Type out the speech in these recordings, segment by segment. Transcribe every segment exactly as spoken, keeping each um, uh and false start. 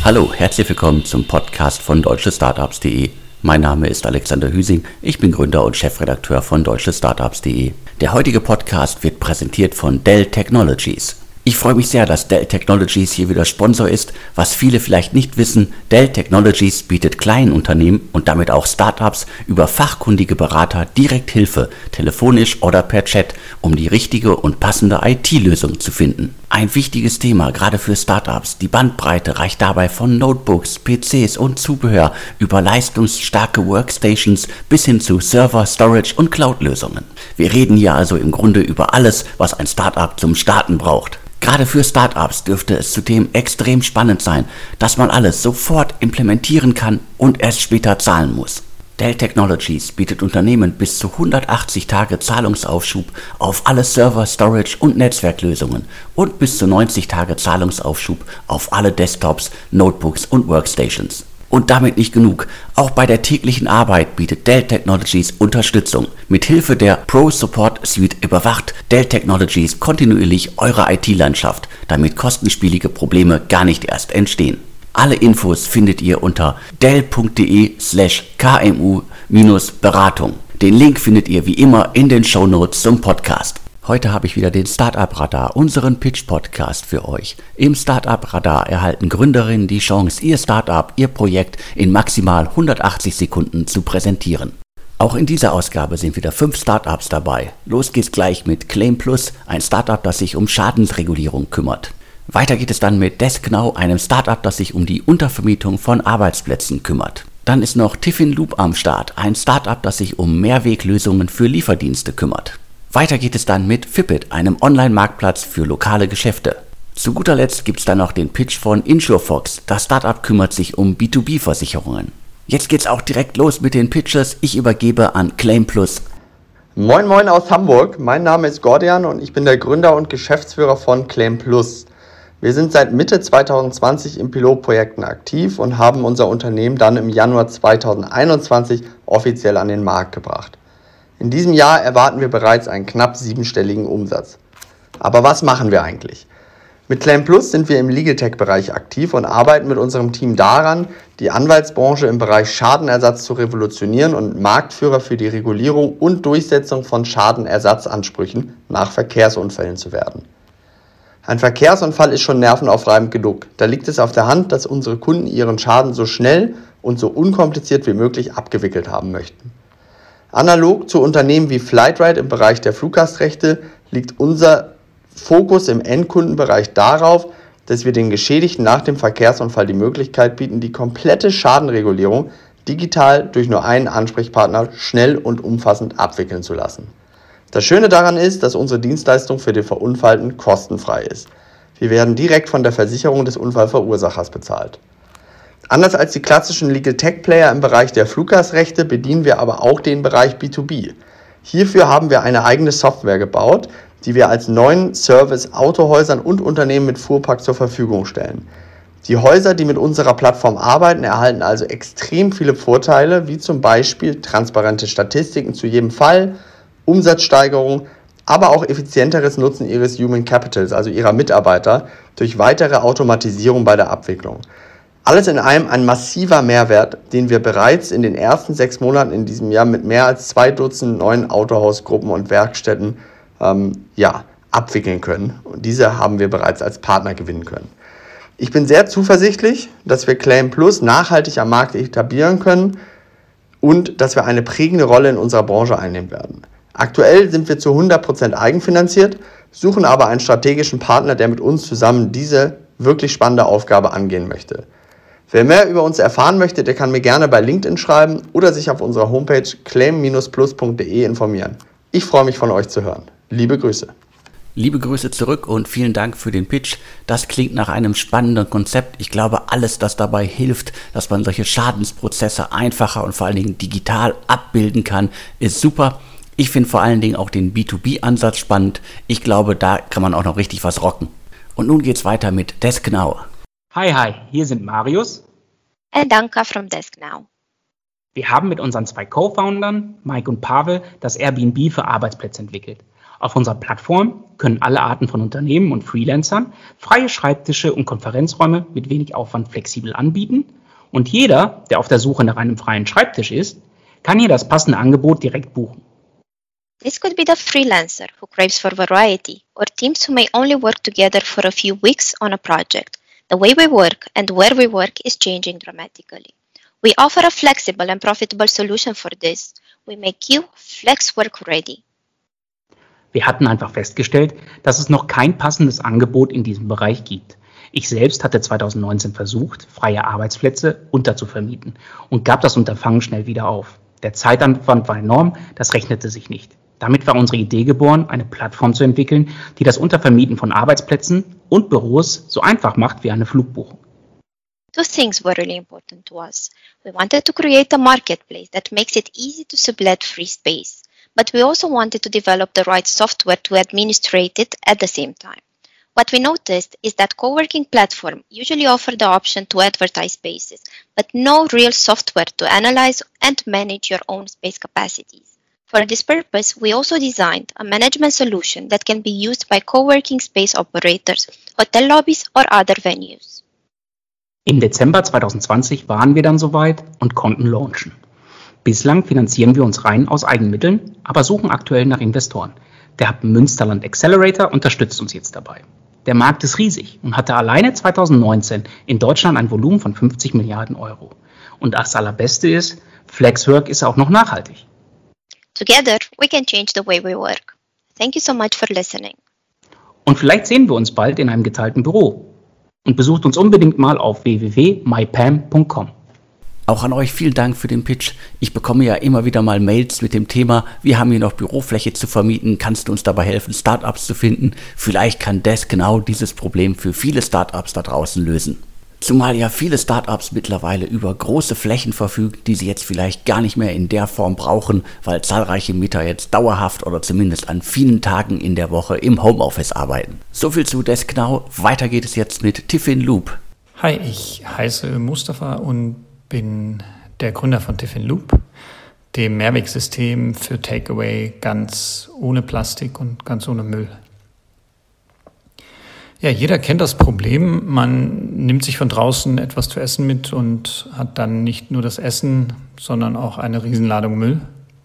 Hallo, herzlich willkommen zum Podcast von deutsche startups punkt de. Mein Name ist Alexander Hüsing, ich bin Gründer und Chefredakteur von deutsche startups punkt de. Der heutige Podcast wird präsentiert von Dell Technologies. Ich freue mich sehr, dass Dell Technologies hier wieder Sponsor ist. Was viele vielleicht nicht wissen, Dell Technologies bietet kleinen Unternehmen und damit auch Startups über fachkundige Berater direkt Hilfe, telefonisch oder per Chat, um die richtige und passende I T-Lösung zu finden. Ein wichtiges Thema, gerade für Startups. Die Bandbreite reicht dabei von Notebooks, P Cs und Zubehör über leistungsstarke Workstations bis hin zu Server, Storage und Cloud-Lösungen. Wir reden hier also im Grunde über alles, was ein Startup zum Starten braucht. Gerade für Startups dürfte es zudem extrem spannend sein, dass man alles sofort implementieren kann und erst später zahlen muss. Dell Technologies bietet Unternehmen bis zu hundertachtzig Tage Zahlungsaufschub auf alle Server, Storage und Netzwerklösungen und bis zu neunzig Tage Zahlungsaufschub auf alle Desktops, Notebooks und Workstations. Und damit nicht genug. Auch bei der täglichen Arbeit bietet Dell Technologies Unterstützung. Mithilfe der Pro Support Suite überwacht Dell Technologies kontinuierlich eure I T-Landschaft, damit kostenspielige Probleme gar nicht erst entstehen. Alle Infos findet ihr unter dell.de slash kmu-beratung. Den Link findet ihr wie immer in den Shownotes zum Podcast. Heute habe ich wieder den Startup Radar, unseren Pitch-Podcast für euch. Im Startup Radar erhalten Gründerinnen die Chance, ihr Startup, ihr Projekt in maximal hundertachtzig Sekunden zu präsentieren. Auch in dieser Ausgabe sind wieder fünf Startups dabei. Los geht's gleich mit Claim Plus, ein Startup, das sich um Schadensregulierung kümmert. Weiter geht es dann mit Desknow, einem Startup, das sich um die Untervermietung von Arbeitsplätzen kümmert. Dann ist noch Tiffin Loop am Start, ein Startup, das sich um Mehrweglösungen für Lieferdienste kümmert. Weiter geht es dann mit Fitbit, einem Online-Marktplatz für lokale Geschäfte. Zu guter Letzt gibt es dann noch den Pitch von InsureFox. Das Startup kümmert sich um B zwei B Versicherungen. Jetzt geht's auch direkt los mit den Pitches. Ich übergebe an Claim Plus. Moin Moin aus Hamburg. Mein Name ist Gordian und ich bin der Gründer und Geschäftsführer von Claim Plus. Wir sind seit Mitte zwanzig zwanzig in Pilotprojekten aktiv und haben unser Unternehmen dann im Januar zwanzig einundzwanzig offiziell an den Markt gebracht. In diesem Jahr erwarten wir bereits einen knapp siebenstelligen Umsatz. Aber was machen wir eigentlich? Mit Claim Plus sind wir im Legal Tech-Bereich aktiv und arbeiten mit unserem Team daran, die Anwaltsbranche im Bereich Schadenersatz zu revolutionieren und Marktführer für die Regulierung und Durchsetzung von Schadenersatzansprüchen nach Verkehrsunfällen zu werden. Ein Verkehrsunfall ist schon nervenaufreibend genug. Da liegt es auf der Hand, dass unsere Kunden ihren Schaden so schnell und so unkompliziert wie möglich abgewickelt haben möchten. Analog zu Unternehmen wie Flightride im Bereich der Fluggastrechte liegt unser Fokus im Endkundenbereich darauf, dass wir den Geschädigten nach dem Verkehrsunfall die Möglichkeit bieten, die komplette Schadenregulierung digital durch nur einen Ansprechpartner schnell und umfassend abwickeln zu lassen. Das Schöne daran ist, dass unsere Dienstleistung für den Verunfallten kostenfrei ist. Wir werden direkt von der Versicherung des Unfallverursachers bezahlt. Anders als die klassischen Legal Tech Player im Bereich der Fluggastrechte bedienen wir aber auch den Bereich B zwei B. Hierfür haben wir eine eigene Software gebaut, die wir als neuen Service Autohäusern und Unternehmen mit Fuhrpark zur Verfügung stellen. Die Häuser, die mit unserer Plattform arbeiten, erhalten also extrem viele Vorteile, wie zum Beispiel transparente Statistiken zu jedem Fall, Umsatzsteigerung, aber auch effizienteres Nutzen ihres Human Capitals, also ihrer Mitarbeiter, durch weitere Automatisierung bei der Abwicklung. Alles in allem ein massiver Mehrwert, den wir bereits in den ersten sechs Monaten in diesem Jahr mit mehr als zwei Dutzend neuen Autohausgruppen und Werkstätten ähm, ja, abwickeln können. Und diese haben wir bereits als Partner gewinnen können. Ich bin sehr zuversichtlich, dass wir Claim Plus nachhaltig am Markt etablieren können und dass wir eine prägende Rolle in unserer Branche einnehmen werden. Aktuell sind wir zu hundert Prozent eigenfinanziert, suchen aber einen strategischen Partner, der mit uns zusammen diese wirklich spannende Aufgabe angehen möchte. Wer mehr über uns erfahren möchte, der kann mir gerne bei LinkedIn schreiben oder sich auf unserer Homepage claim plus punkt de informieren. Ich freue mich, von euch zu hören. Liebe Grüße. Liebe Grüße zurück und vielen Dank für den Pitch. Das klingt nach einem spannenden Konzept. Ich glaube, alles, das dabei hilft, dass man solche Schadensprozesse einfacher und vor allen Dingen digital abbilden kann, ist super. Ich finde vor allen Dingen auch den B zwei B-Ansatz spannend. Ich glaube, da kann man auch noch richtig was rocken. Und nun geht's weiter mit Desknow. Hi, hi, hier sind Marius and Anka from Desknow. Wir haben mit unseren zwei Co-Foundern, Mike und Pavel, das Airbnb für Arbeitsplätze entwickelt. Auf unserer Plattform können alle Arten von Unternehmen und Freelancern freie Schreibtische und Konferenzräume mit wenig Aufwand flexibel anbieten und jeder, der auf der Suche nach einem freien Schreibtisch ist, kann hier das passende Angebot direkt buchen. This could be the freelancer who craves for variety, or teams who may only work together for a few weeks on a project. The way we work and where we work is changing dramatically. We offer a flexible and profitable solution for this. We make you flex work ready. Wir hatten einfach festgestellt, dass es noch kein passendes Angebot in diesem Bereich gibt. Ich selbst hatte zwanzig neunzehn versucht, freie Arbeitsplätze unterzuvermieten und gab das Unterfangen schnell wieder auf. Der Zeitaufwand war enorm, das rechnete sich nicht. Damit war unsere Idee geboren, eine Plattform zu entwickeln, die das Untervermieten von Arbeitsplätzen und Büros so einfach macht wie eine Flugbuchung. Two things were really important to us. We wanted to create a marketplace that makes it easy to sublet free space, but we also wanted to develop the right software to administrate it at the same time. What we noticed is that co-working platforms usually offer the option to advertise spaces, but no real software to analyze and manage your own space capacities. For this purpose, we also designed a management solution that can be used by co-working space operators, hotel lobbies or other venues. Im Dezember zwanzig zwanzig waren wir dann soweit und konnten launchen. Bislang finanzieren wir uns rein aus Eigenmitteln, aber suchen aktuell nach Investoren. Der Hub Münsterland Accelerator unterstützt uns jetzt dabei. Der Markt ist riesig und hatte alleine zwanzig neunzehn in Deutschland ein Volumen von fünfzig Milliarden Euro. Und das Allerbeste ist, Flexwork ist auch noch nachhaltig. Together, we can change the way we work. Thank you so much for listening. Und vielleicht sehen wir uns bald in einem geteilten Büro. Und besucht uns unbedingt mal auf w w w punkt my p a m punkt com. Auch an euch vielen Dank für den Pitch. Ich bekomme ja immer wieder mal Mails mit dem Thema, wir haben hier noch Bürofläche zu vermieten, kannst du uns dabei helfen, Startups zu finden? Vielleicht kann Desk genau dieses Problem für viele Startups da draußen lösen. Zumal ja viele Startups mittlerweile über große Flächen verfügen, die sie jetzt vielleicht gar nicht mehr in der Form brauchen, weil zahlreiche Mieter jetzt dauerhaft oder zumindest an vielen Tagen in der Woche im Homeoffice arbeiten. So viel zu Desknow. Weiter geht es jetzt mit Tiffin Loop. Hi, ich heiße Mustafa und bin der Gründer von Tiffin Loop, dem Mehrwegsystem für Takeaway ganz ohne Plastik und ganz ohne Müll. Ja, jeder kennt das Problem. Man nimmt sich von draußen etwas zu essen mit und hat dann nicht nur das Essen, sondern auch eine Riesenladung Müll.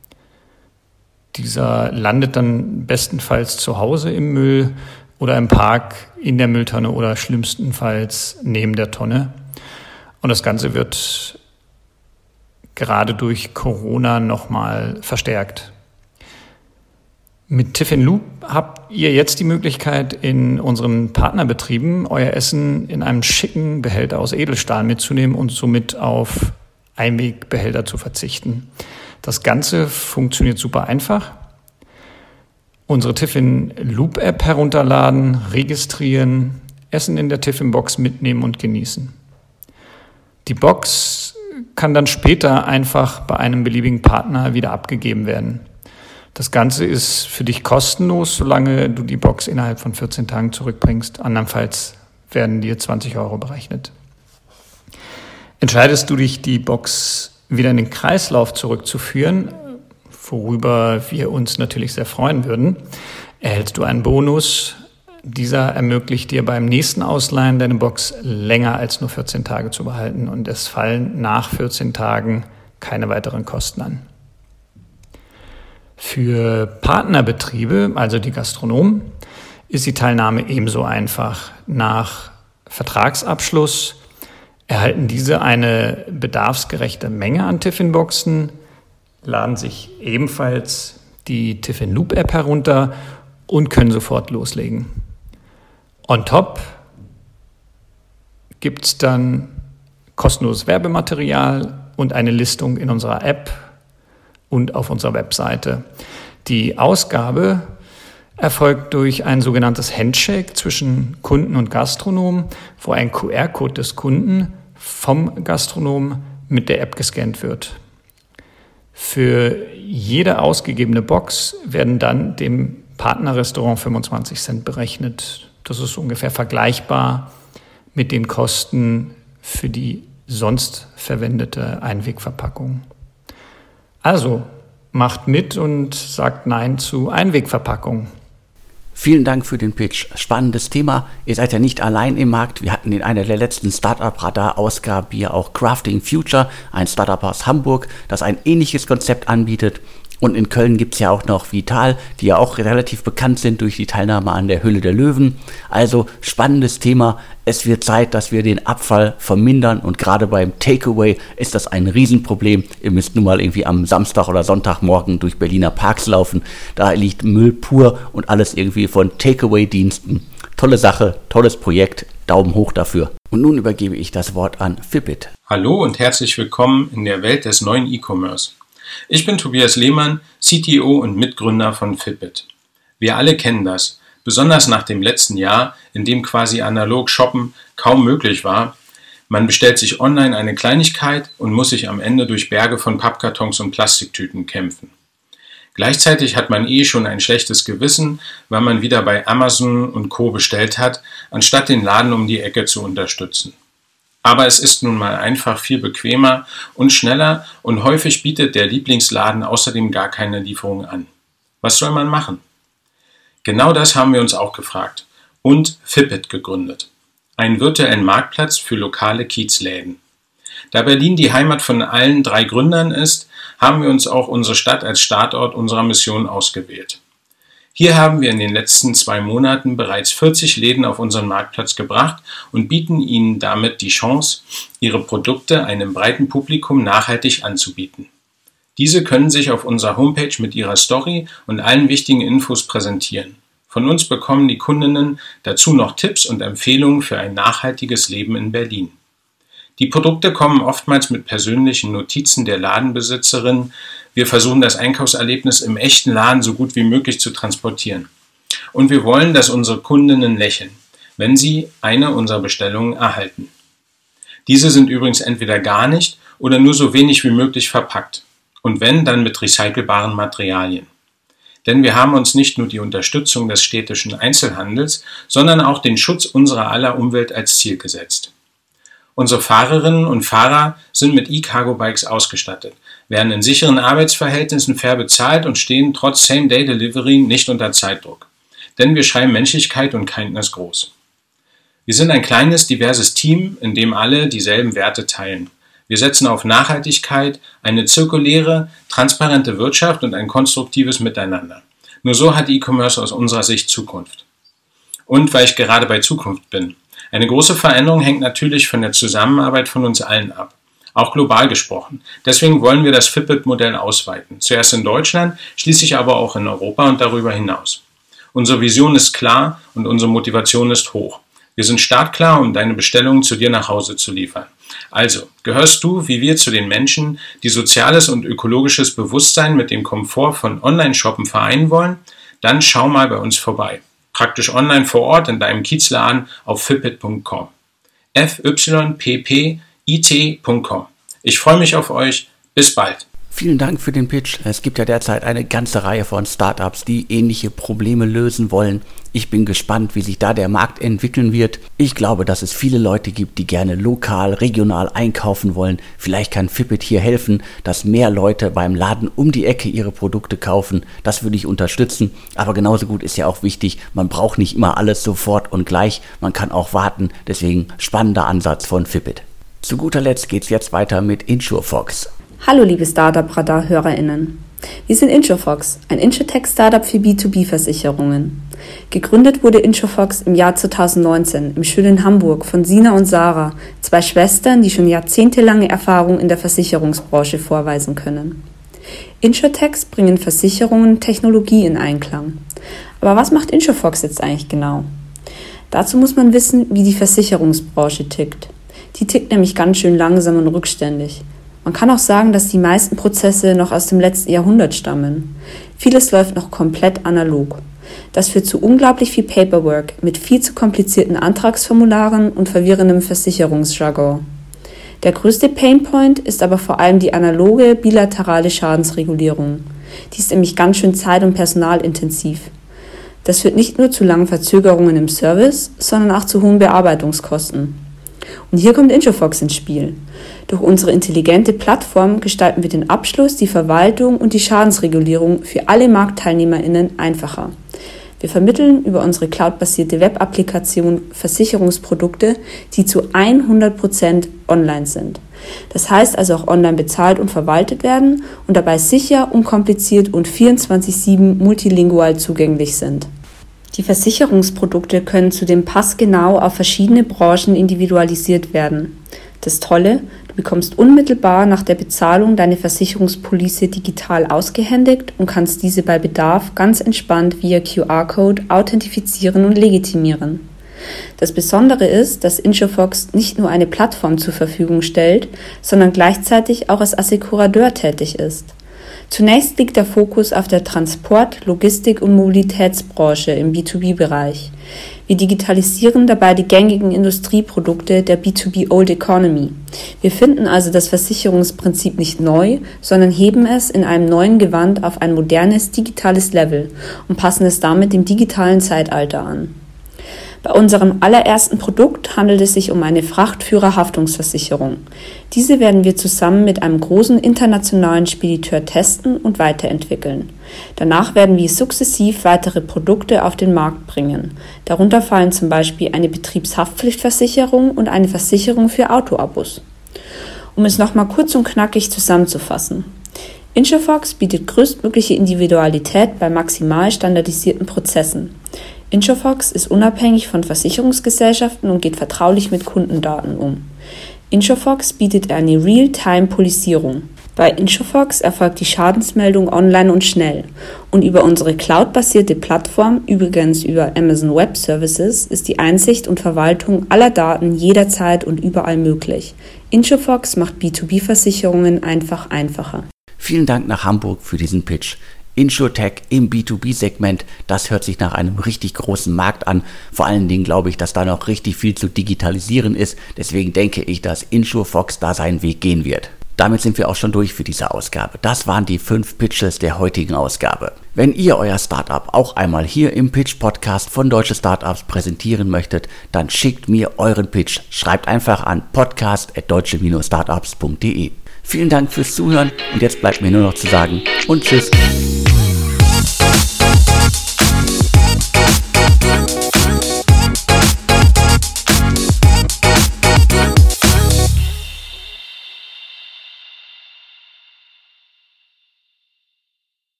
Dieser landet dann bestenfalls zu Hause im Müll oder im Park in der Mülltonne oder schlimmstenfalls neben der Tonne. Und das Ganze wird gerade durch Corona nochmal verstärkt. Mit Tiffin Loop habt ihr jetzt die Möglichkeit, in unseren Partnerbetrieben euer Essen in einem schicken Behälter aus Edelstahl mitzunehmen und somit auf Einwegbehälter zu verzichten. Das Ganze funktioniert super einfach. Unsere Tiffin Loop App herunterladen, registrieren, Essen in der Tiffin Box mitnehmen und genießen. Die Box kann dann später einfach bei einem beliebigen Partner wieder abgegeben werden. Das Ganze ist für dich kostenlos, solange du die Box innerhalb von vierzehn Tagen zurückbringst. Andernfalls werden dir zwanzig Euro berechnet. Entscheidest du dich, die Box wieder in den Kreislauf zurückzuführen, worüber wir uns natürlich sehr freuen würden, erhältst du einen Bonus. Dieser ermöglicht dir beim nächsten Ausleihen deine Box länger als nur vierzehn Tage zu behalten und es fallen nach vierzehn Tagen keine weiteren Kosten an. Für Partnerbetriebe, also die Gastronomen, ist die Teilnahme ebenso einfach. Nach Vertragsabschluss erhalten diese eine bedarfsgerechte Menge an Tiffin-Boxen, laden sich ebenfalls die Tiffin Loop App herunter und können sofort loslegen. On top gibt es dann kostenloses Werbematerial und eine Listung in unserer App und auf unserer Webseite. Die Ausgabe erfolgt durch ein sogenanntes Handshake zwischen Kunden und Gastronom, wo ein Q R-Code des Kunden vom Gastronom mit der App gescannt wird. Für jede ausgegebene Box werden dann dem Partnerrestaurant fünfundzwanzig Cent berechnet. Das ist ungefähr vergleichbar mit den Kosten für die sonst verwendete Einwegverpackung. Also macht mit und sagt Nein zu Einwegverpackung. Vielen Dank für den Pitch. Spannendes Thema. Ihr seid ja nicht allein im Markt. Wir hatten in einer der letzten Startup-Radar-Ausgaben hier auch Crafting Future, ein Startup aus Hamburg, das ein ähnliches Konzept anbietet. Und in Köln gibt es ja auch noch Vital, die ja auch relativ bekannt sind durch die Teilnahme an der Höhle der Löwen. Also spannendes Thema. Es wird Zeit, dass wir den Abfall vermindern und gerade beim Takeaway ist das ein Riesenproblem. Ihr müsst nun mal irgendwie am Samstag oder Sonntagmorgen durch Berliner Parks laufen. Da liegt Müll pur und alles irgendwie von Takeaway-Diensten. Tolle Sache, tolles Projekt. Daumen hoch dafür. Und nun übergebe ich das Wort an Fitbit. Hallo und herzlich willkommen in der Welt des neuen E-Commerce. Ich bin Tobias Lehmann, C T O und Mitgründer von Fitbit. Wir alle kennen das, besonders nach dem letzten Jahr, in dem quasi analog Shoppen kaum möglich war. Man bestellt sich online eine Kleinigkeit und muss sich am Ende durch Berge von Pappkartons und Plastiktüten kämpfen. Gleichzeitig hat man eh schon ein schlechtes Gewissen, weil man wieder bei Amazon und Co. bestellt hat, anstatt den Laden um die Ecke zu unterstützen. Aber es ist nun mal einfach viel bequemer und schneller und häufig bietet der Lieblingsladen außerdem gar keine Lieferung an. Was soll man machen? Genau das haben wir uns auch gefragt und Fitbit gegründet. Einen virtuellen Marktplatz für lokale Kiezläden. Da Berlin die Heimat von allen drei Gründern ist, haben wir uns auch unsere Stadt als Startort unserer Mission ausgewählt. Hier haben wir in den letzten zwei Monaten bereits vierzig Läden auf unseren Marktplatz gebracht und bieten ihnen damit die Chance, ihre Produkte einem breiten Publikum nachhaltig anzubieten. Diese können sich auf unserer Homepage mit ihrer Story und allen wichtigen Infos präsentieren. Von uns bekommen die Kundinnen dazu noch Tipps und Empfehlungen für ein nachhaltiges Leben in Berlin. Die Produkte kommen oftmals mit persönlichen Notizen der Ladenbesitzerin. Wir versuchen das Einkaufserlebnis im echten Laden so gut wie möglich zu transportieren. Und wir wollen, dass unsere Kundinnen lächeln, wenn sie eine unserer Bestellungen erhalten. Diese sind übrigens entweder gar nicht oder nur so wenig wie möglich verpackt. Und wenn, dann mit recycelbaren Materialien. Denn wir haben uns nicht nur die Unterstützung des städtischen Einzelhandels, sondern auch den Schutz unserer aller Umwelt als Ziel gesetzt. Unsere Fahrerinnen und Fahrer sind mit E-Cargo-Bikes ausgestattet, werden in sicheren Arbeitsverhältnissen fair bezahlt und stehen trotz Same-Day-Delivery nicht unter Zeitdruck. Denn wir schreiben Menschlichkeit und Kindness groß. Wir sind ein kleines, diverses Team, in dem alle dieselben Werte teilen. Wir setzen auf Nachhaltigkeit, eine zirkuläre, transparente Wirtschaft und ein konstruktives Miteinander. Nur so hat E-Commerce aus unserer Sicht Zukunft. Und weil ich gerade bei Zukunft bin. Eine große Veränderung hängt natürlich von der Zusammenarbeit von uns allen ab, auch global gesprochen. Deswegen wollen wir das Fitbit-Modell ausweiten, zuerst in Deutschland, schließlich aber auch in Europa und darüber hinaus. Unsere Vision ist klar und unsere Motivation ist hoch. Wir sind startklar, um deine Bestellungen zu dir nach Hause zu liefern. Also, gehörst du, wie wir, zu den Menschen, die soziales und ökologisches Bewusstsein mit dem Komfort von Online-Shoppen vereinen wollen? Dann schau mal bei uns vorbei. Praktisch online vor Ort in deinem Kiezladen auf fitbit punkt com. f y p p i t punkt com. Ich freue mich auf euch. Bis bald. Vielen Dank für den Pitch. Es gibt ja derzeit eine ganze Reihe von Startups, die ähnliche Probleme lösen wollen. Ich bin gespannt, wie sich da der Markt entwickeln wird. Ich glaube, dass es viele Leute gibt, die gerne lokal, regional einkaufen wollen. Vielleicht kann Fitbit hier helfen, dass mehr Leute beim Laden um die Ecke ihre Produkte kaufen. Das würde ich unterstützen. Aber genauso gut ist ja auch wichtig, man braucht nicht immer alles sofort und gleich. Man kann auch warten. Deswegen spannender Ansatz von Fitbit. Zu guter Letzt geht's jetzt weiter mit InsurFox. Hallo liebe Startup-Radar-HörerInnen. Wir sind InsurFox, ein InsurTech-Startup für B zwei B-Versicherungen. Gegründet wurde InsurFox im Jahr zweitausendneunzehn im schönen Hamburg von Sina und Sarah, zwei Schwestern, die schon jahrzehntelange Erfahrung in der Versicherungsbranche vorweisen können. InsurTechs bringen Versicherungen und Technologie in Einklang. Aber was macht InsurFox jetzt eigentlich genau? Dazu muss man wissen, wie die Versicherungsbranche tickt. Die tickt nämlich ganz schön langsam und rückständig. Man kann auch sagen, dass die meisten Prozesse noch aus dem letzten Jahrhundert stammen. Vieles läuft noch komplett analog. Das führt zu unglaublich viel Paperwork mit viel zu komplizierten Antragsformularen und verwirrendem Versicherungsjargon. Der größte Painpoint ist aber vor allem die analoge bilaterale Schadensregulierung. Die ist nämlich ganz schön zeit- und personalintensiv. Das führt nicht nur zu langen Verzögerungen im Service, sondern auch zu hohen Bearbeitungskosten. Und hier kommt InsurFox ins Spiel. Durch unsere intelligente Plattform gestalten wir den Abschluss, die Verwaltung und die Schadensregulierung für alle MarktteilnehmerInnen einfacher. Wir vermitteln über unsere cloudbasierte Web-Applikation Versicherungsprodukte, die zu hundert Prozent online sind. Das heißt also auch online bezahlt und verwaltet werden und dabei sicher, unkompliziert und vierundzwanzig sieben multilingual zugänglich sind. Die Versicherungsprodukte können zudem passgenau auf verschiedene Branchen individualisiert werden. Das Tolle, du bekommst unmittelbar nach der Bezahlung deine Versicherungspolice digital ausgehändigt und kannst diese bei Bedarf ganz entspannt via Q R-Code authentifizieren und legitimieren. Das Besondere ist, dass Insurfox nicht nur eine Plattform zur Verfügung stellt, sondern gleichzeitig auch als Assekurateur tätig ist. Zunächst liegt der Fokus auf der Transport-, Logistik- und Mobilitätsbranche im B zwei B-Bereich. Wir digitalisieren dabei die gängigen Industrieprodukte der B zwei B Old Economy. Wir finden also das Versicherungsprinzip nicht neu, sondern heben es in einem neuen Gewand auf ein modernes, digitales Level und passen es damit dem digitalen Zeitalter an. Bei unserem allerersten Produkt handelt es sich um eine Frachtführerhaftungsversicherung. Diese werden wir zusammen mit einem großen internationalen Spediteur testen und weiterentwickeln. Danach werden wir sukzessiv weitere Produkte auf den Markt bringen. Darunter fallen zum Beispiel eine Betriebshaftpflichtversicherung und eine Versicherung für Autoabos. Um es nochmal kurz und knackig zusammenzufassen. Insurfox bietet größtmögliche Individualität bei maximal standardisierten Prozessen. Insurfox ist unabhängig von Versicherungsgesellschaften und geht vertraulich mit Kundendaten um. Insurfox bietet eine Real-Time-Policierung. Bei Insurfox erfolgt die Schadensmeldung online und schnell. Und über unsere cloudbasierte Plattform, übrigens über Amazon Web Services, ist die Einsicht und Verwaltung aller Daten jederzeit und überall möglich. Insurfox macht B zwei B-Versicherungen einfach einfacher. Vielen Dank nach Hamburg für diesen Pitch. Insurtech im B zwei B-Segment, das hört sich nach einem richtig großen Markt an. Vor allen Dingen glaube ich, dass da noch richtig viel zu digitalisieren ist. Deswegen denke ich, dass Insurfox da seinen Weg gehen wird. Damit sind wir auch schon durch für diese Ausgabe. Das waren die fünf Pitches der heutigen Ausgabe. Wenn ihr euer Startup auch einmal hier im Pitch-Podcast von Deutsche Startups präsentieren möchtet, dann schickt mir euren Pitch. Schreibt einfach an podcast at deutsche Startups punkt de. Vielen Dank fürs Zuhören und jetzt bleibt mir nur noch zu sagen und tschüss.